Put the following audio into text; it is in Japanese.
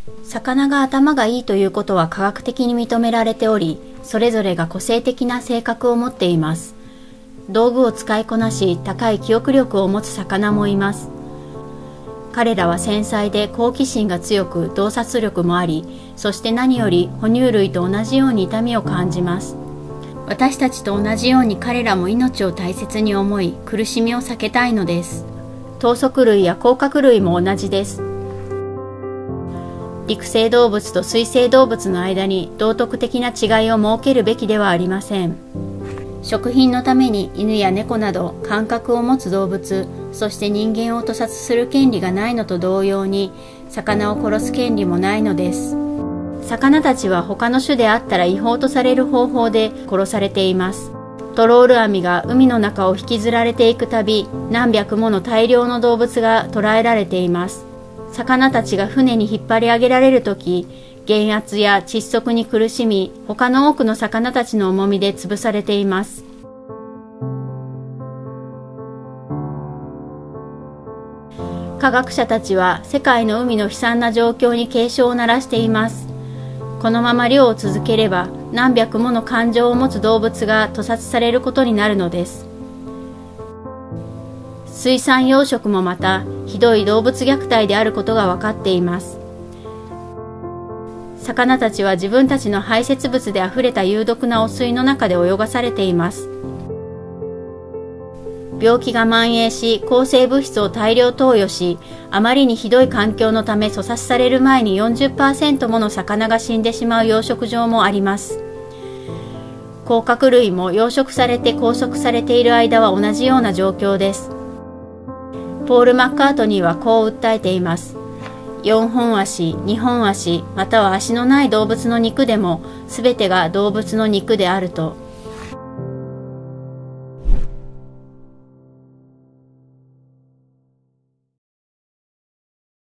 魚が頭がいいということは科学的に認められており、それぞれが個性的な性格を持っています。道具を使いこなし、高い記憶力を持つ魚もいます。彼らは繊細で好奇心が強く、洞察力もあり、そして何より哺乳類と同じように痛みを感じます。私たちと同じように彼らも命を大切に思い、苦しみを避けたいのです。頭足類や甲殻類も同じです。陸生動物と水生動物の間に道徳的な違いを設けるべきではありません。食品のために犬や猫など感覚を持つ動物、そして人間を屠殺する権利がないのと同様に、魚を殺す権利もないのです。魚たちは他の種であったら違法とされる方法で殺されています。トロール網が海の中を引きずられていくたび、何百もの大量の動物が捕らえられています。魚たちが船に引っ張り上げられるとき、減圧や窒息に苦しみ、他の多くの魚たちの重みで潰されています。科学者たちは世界の海の悲惨な状況に警鐘を鳴らしています。このまま漁を続ければ、何百もの感情を持つ動物が屠殺されることになるのです。水産養殖もまた、ひどい動物虐待であることが分かっています。魚たちは自分たちの排泄物であふれた有毒な汚水の中で泳がされています。病気が蔓延し、抗生物質を大量投与し、あまりにひどい環境のため粗殺される前に 40% もの魚が死んでしまう養殖場もあります。甲殻類も養殖されて拘束されている間は同じような状況です。ポール・マッカートニーはこう訴えています。4本足、2本足、または足のない動物の肉でも、すべてが動物の肉であると。